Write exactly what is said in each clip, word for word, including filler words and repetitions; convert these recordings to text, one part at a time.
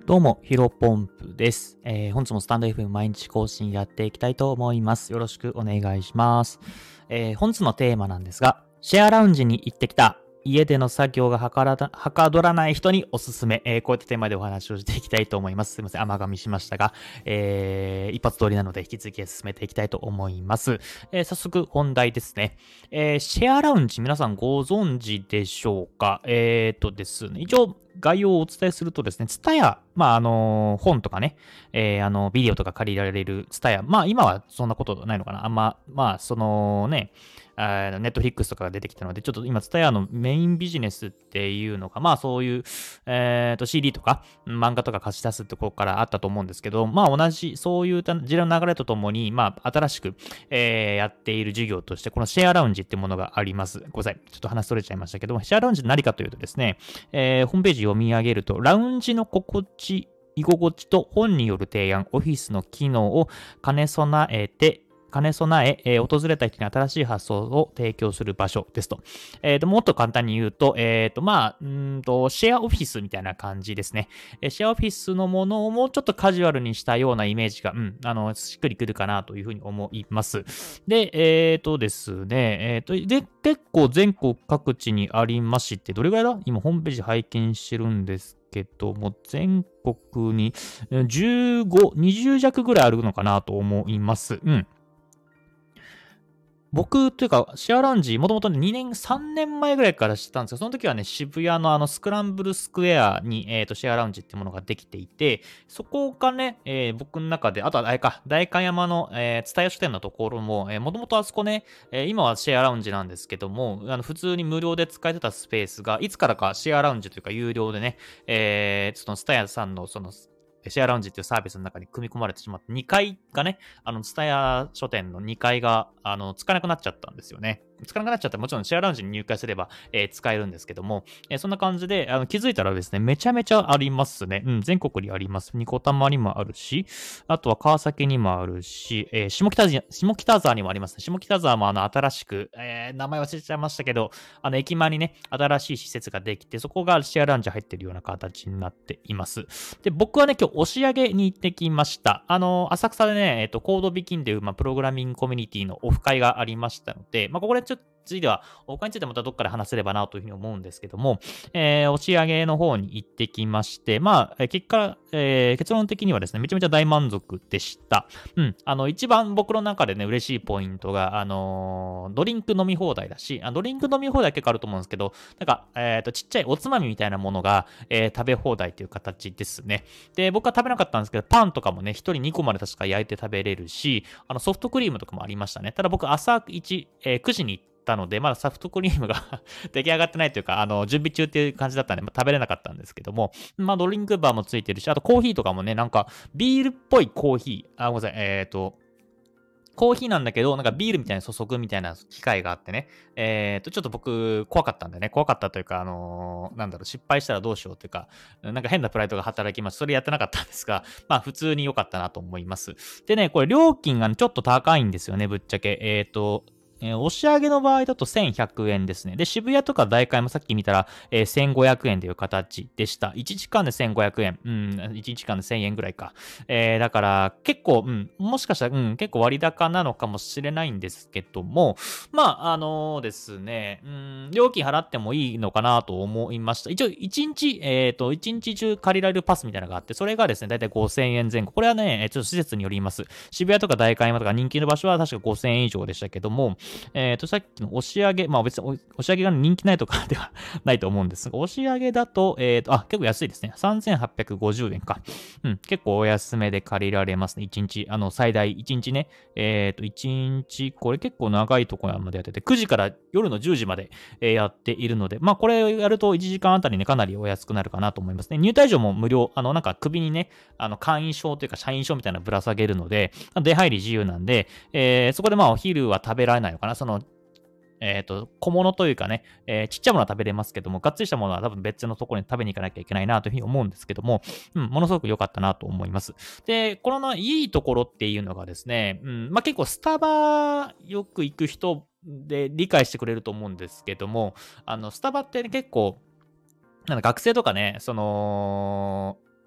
どうも、ヒロポンプです。えー、本日もスタンド エフエム 毎日更新やっていきたいと思います。よろしくお願いします。えー、本日のテーマなんですが、シェアラウンジに行ってきた。家での作業がはからだはかどらない人におすすめ、えー。こういったテーマでお話をしていきたいと思います。すいません、甘噛みしましたが、えー、一発通りなので引き続き進めていきたいと思います。えー、早速本題ですね。えー、シェアラウンジ皆さんご存知でしょうか？えーとですね、一応概要をお伝えするとですね、ツタヤ、まあ、あのー本とかね、えー、あの、ビデオとか借りられるツタヤ、まあ、今はそんなことないのかな。あんま、まあ、そのね、ネットフリックスとかが出てきたので、ちょっと今、ツタヤのメインビジネスっていうのが、まあ、そういう、えーと、シーディー とか、漫画とか貸し出すってここからあったと思うんですけど、まあ、同じ、そういう時代の流れとともに、まあ、新しく、えー、やっている事業として、このシェアラウンジってものがあります。ごめんなさい。ちょっと話それちゃいましたけど、シェアラウンジって何かというとですね、えー、ホームページ読み上げると、ラウンジの心地、居心地と本による提案、オフィスの機能を兼ね備えて、兼ね備ええー、訪れた人に新しい発想を提供する場所ですと。えーと、もっと簡単に言うと、えーと、まあ、うんと、シェアオフィスみたいな感じですね。えーシェアオフィスのものをもうちょっとカジュアルにしたようなイメージが、うん、あの、しっくりくるかなというふうに思います。で、えーとですね、えーと、で、結構全国各地にありまして、どれぐらいだ？今ホームページ拝見してるんですけども、全国にじゅうご、にじゅう弱ぐらいあるのかなと思います。うん。僕というか、シェアラウンジ、もともとね、にねん、さんねんまえぐらいから知ったんですけど、その時はね、渋谷のあの、スクランブルスクエアに、えっと、シェアラウンジってものができていて、そこがね、えー僕の中で、あとはあれか、代官山の、えー、蔦屋書店のところも、えー、もともとあそこね、えー今はシェアラウンジなんですけども、あの、普通に無料で使えてたスペースが、いつからかシェアラウンジというか、有料でね、えー、その蔦屋さんの、その、シェアラウンジっていうサービスの中に組み込まれてしまって、にかいがね、あの、ツタヤ書店のにかいが、あの、使えなくなっちゃったんですよね。使えなくなっちゃったら、もちろんシェアラウンジに入会すれば、えー使えるんですけども、えーそんな感じで、あの、気づいたらですね、めちゃめちゃありますね。うん、全国にあります。ニコタマにもあるし、あとは川崎にもあるし、えー下北沢、下北沢にもありますね。下北沢もあの、新しく、えー名前忘れちゃいましたけど、あの、駅前にね、新しい施設ができて、そこがシェアラウンジ入ってるような形になっています。で、僕はね、今日押上に行ってきました。あの、浅草でね、えっと、コードビキンでいう、まあ、プログラミングコミュニティのオフ会がありましたので、まあ、ここでちょっと、ついては、オフ会についてまたどっかで話せればなというふうに思うんですけども、えー、押上の方に行ってきまして、まあ、結果、えー、結論的にはですね、めちゃめちゃ大満足でした。うん。あの、一番僕の中でね、嬉しいポイントが、あのードリンク飲み放題だし、あドリンク飲み放題結構あると思うんですけど、なんか、えっと、ちっちゃいおつまみみたいなものが、えー食べ放題という形ですね。で、僕は食べなかったんですけど、パンとかもね、ひとりにこまで確か焼いて食べれるし、あの、ソフトクリームとかもありましたね。ただ僕、朝いち、えーくじに行ったので、まだソフトクリームが出来上がってないというか、あの、準備中っていう感じだったんで、まあ、食べれなかったんですけども、まあ、ドリンクバーもついてるし、あとコーヒーとかもね、なんか、ビールっぽいコーヒー、あ、ごめんなさい、えっと、コーヒーなんだけど、なんかビールみたいに注ぐみたいな機械があってね。えっと、ちょっと僕、怖かったんでね。怖かったというか、あのーなんだろう、失敗したらどうしようというか、なんか変なプライドが働きます。それやってなかったんですが、まあ普通に良かったなと思います。でね、これ料金がね、ちょっと高いんですよね、ぶっちゃけ。えっと、えー押し上げの場合だとせんひゃくえんですね。で、渋谷とか代官もさっき見たら、えーせんごひゃくえんという形でした。いちじかんでせんごひゃくえん。うん、いちにちかんでせんえんぐらいか。えー、だから、結構、うん、もしかしたら、うん、結構割高なのかもしれないんですけども、まあ、あのですね、うん、料金払ってもいいのかなと思いました。一応、いちにち、えっと、いちにち中借りられるパスみたいなのがあって、それがですね、だいたいごせんえん前後。これはね、ちょっと施設によります。渋谷とか代官山とか人気の場所は確かごせんえん以上でしたけども、えっと、さっきの押し上げ、まあ別に押し上げが人気ないとかではないと思うんですが、押し上げだと、えっと、あ、結構安いですね。さんぜんはっぴゃくごじゅうえんか。うん、結構お安めで借りられますね。いちにち、あの、最大いちにちね。えっと、いちにち、これ結構長いところまでやってて、くじから夜のじゅうじまで、えーやっているので、まあ、これやるといちじかんあたりね、かなりお安くなるかなと思いますね。入退場も無料、あの、なんか首にね、あの、会員証というか社員証みたいなのぶら下げるので、出入り自由なんで、えーそこでまあ、お昼は食べられないのかな。その、えっと、小物というかね、えーちっちゃいものは食べれますけども、がっつりしたものは多分別のところに食べに行かなきゃいけないなというふうに思うんですけども、うん、ものすごく良かったなと思います。で、このいいところっていうのがですね、うん、まあ、結構スタバよく行く人で理解してくれると思うんですけども、あの、スタバってね、結構、なんか学生とかね、その、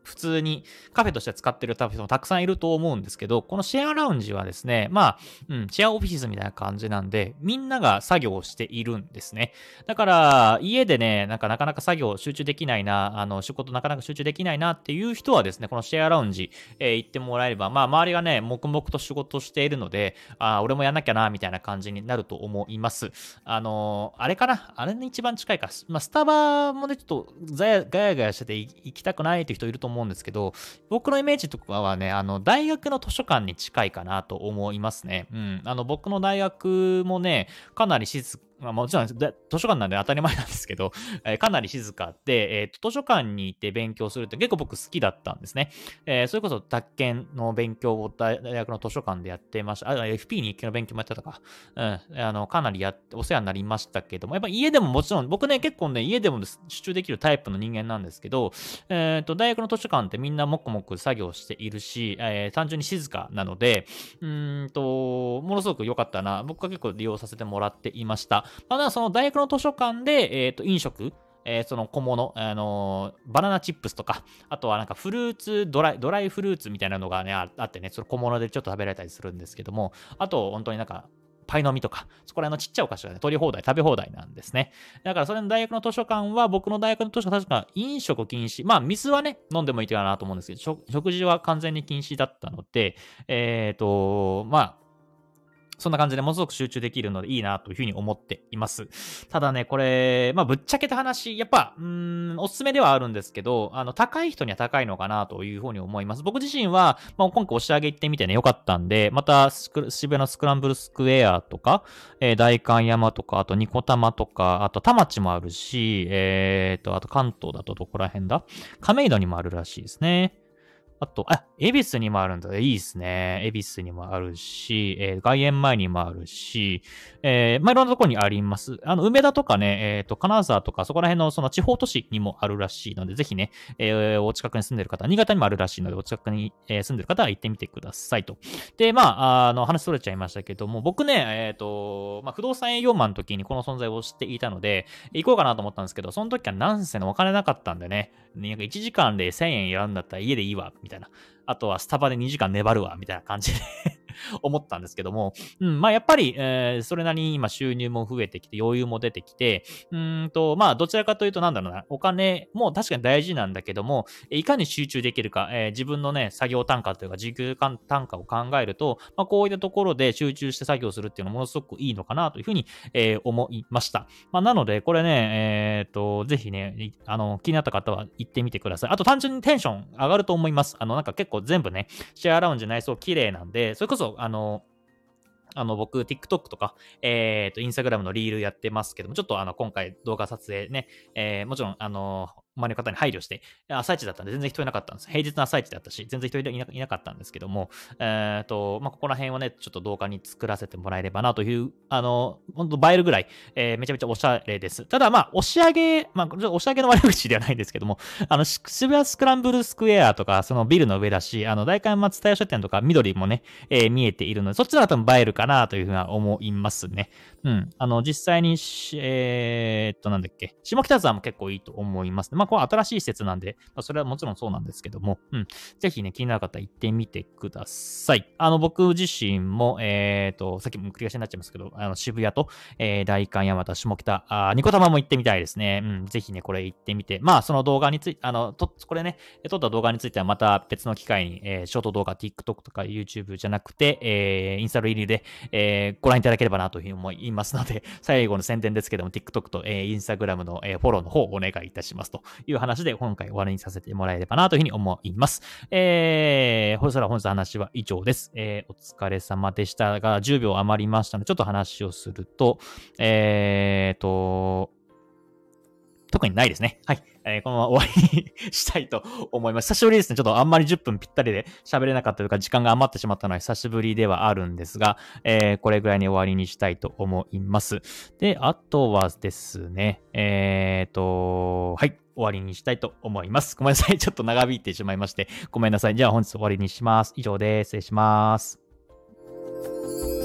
普通にカフェとして使ってる人もたくさんいると思うんですけど、このシェアラウンジはですね、まあ、うん、シェアオフィスみたいな感じなんで、みんなが作業をしているんですね。だから、家でね、なんかなかなか作業集中できないな、あの、仕事なかなか集中できないなっていう人はですね、このシェアラウンジ、えー行ってもらえれば、まあ、周りがね、黙々と仕事しているので、あ、俺もやんなきゃな、みたいな感じになると思います。あのー、あれかなあれに一番近いか。まあ、スタバもね、ちょっとガヤガヤガヤしてて行きたくないっていう人いると思うんですけど、僕のイメージとかはね、あの、大学の図書館に近いかなと思いますね。うん。あの、僕の大学もね、かなり静か、まあ、もちろん図書館なんで当たり前なんですけど、えー、かなり静かで、えーと、図書館に行って勉強するって結構僕好きだったんですね。えー、それこそ宅建の勉強を大学の図書館でやってました。あ、エフピー 日記の勉強もやってたか。うん。あの、かなりやって、お世話になりましたけども、やっぱ家でももちろん、僕ね、結構ね、家でも集中できるタイプの人間なんですけど、えっと、大学の図書館ってみんなもくもく作業しているし、えー、単純に静かなので、うーんと、ものすごく良かったな。僕は結構利用させてもらっていました。ただ、その大学の図書館で、えっと、飲食、えー、その小物、あのー、バナナチップスとか、あとはなんかフルーツドライ、ドライフルーツみたいなのがね、あってね、その小物でちょっと食べられたりするんですけども、あと、本当になんか、パイの実とか、そこら辺のちっちゃいお菓子がね、取り放題、食べ放題なんですね。だから、それの大学の図書館は、僕の大学の図書館、確か飲食禁止。まあ、水はね、飲んでもいいかなと思うんですけど、食事は完全に禁止だったので、えっと、まあ、そんな感じでものすごく集中できるのでいいなというふうに思っています。ただね、これ、まあぶっちゃけた話、やっぱ、うーん、おすすめではあるんですけど、あの、高い人には高いのかなというふうに思います。僕自身は、まあ今回押し上げ行ってみてね、よかったんで、また渋谷のスクランブルスクエアとか、えー、代官山とか、あとニコタマとか、あと田町もあるし、えーと、あと関東だとどこら辺だ亀戸にもあるらしいですね。あと、あ、恵比寿にもあるんだ。いいですね。恵比寿にもあるし、えー、外苑前にもあるし、えー、まあ、いろんなところにあります。あの、梅田とかね、えっと、金沢とか、そこら辺のその地方都市にもあるらしいので、ぜひね、えー、お近くに住んでる方、新潟にもあるらしいので、お近くに、えー、住んでる方は行ってみてくださいと。で、まあ、あの、話それちゃいましたけども、僕ね、えっと、まあ、不動産営業マンの時にこの存在を知っていたので、行こうかなと思ったんですけど、その時はなんせのお金なかったんでね、なんかいちじかんでせんえんやるんだったら家でいいわ、みたいな。あとはスタバでにじかん粘るわ、みたいな感じで思ったんですけども、うん、まあやっぱり、えー、それなりに今収入も増えてきて、余裕も出てきて、うーんと、まあどちらかというとなんだろうな、お金も確かに大事なんだけども、いかに集中できるか、えー、自分のね、作業単価というか、時給単価を考えると、まあこういったところで集中して作業するっていうのはものすごくいいのかなというふうに、えー、思いました。まあなので、これね、えっ、ー、と、ぜひね、あの、気になった方は行ってみてください。あと単純にテンション上がると思います。あの、なんか結構全部ね、シェアラウンジ内装綺麗なんで、それこそ、あの、あの、僕、TikTok とか、えっと、Instagram のリールやってますけども、ちょっとあの、今回動画撮影ね、えー、もちろん、あの、周りの方に配慮して、朝一だったんで全然人いなかったんです。平日の朝一だったし、全然人いな、いなかったんですけども、えっと、まあ、ここら辺をね、ちょっと動画に作らせてもらえればなという、あの、ほんと映えるぐらい、えー、めちゃめちゃおしゃれです。ただ、まあ、押し上げ、まあ、押し上げの悪口ではないんですけども、あの、渋谷スクランブルスクエアとか、そのビルの上だし、あの、代官松田屋書店とか緑もね、えー、見えているので、そっちの方が多分映えるかなというふうには思いますね。うん。あの、実際にえー、っと、なんだっけ、下北沢も結構いいと思いますね。まあ、これ新しい施設なんで、まあ、それはもちろんそうなんですけども、うん。ぜひね、気になる方行ってみてください。あの、僕自身も、えー、っと、さっきも繰り返しになっちゃいますけど、あの、渋谷と、えー、代官山田、下北、あ、ニコタマも行ってみたいですね。うん。ぜひね、これ行ってみて、まあ、その動画について、あの、と、これね、撮った動画についてはまた別の機会に、えー、ショート動画、TikTok とか YouTube じゃなくて、えー、インスタリールで、えー、ご覧いただければなというふうに思いますので、最後の宣伝ですけども、TikTok と、えー、Instagram の、えー、フォローの方をお願いいたしますという話で、今回終わりにさせてもらえればなというふうに思います。えー、そしたら本日の話は以上です。えー、お疲れ様でしたが、じゅうびょう余りましたので、ちょっと話をすると、えーと、特にないですね。はい。えー、このまま終わりにしたいと思います。久しぶりですね。ちょっとあんまりじゅっぷんぴったりで喋れなかったというか、時間が余ってしまったのは久しぶりではあるんですが、えー、これぐらいに終わりにしたいと思います。で、あとはですね、えーと、はい。終わりにしたいと思います。ごめんなさい。ちょっと長引いてしまいまして。ごめんなさい。じゃあ本日終わりにします。以上です。失礼します。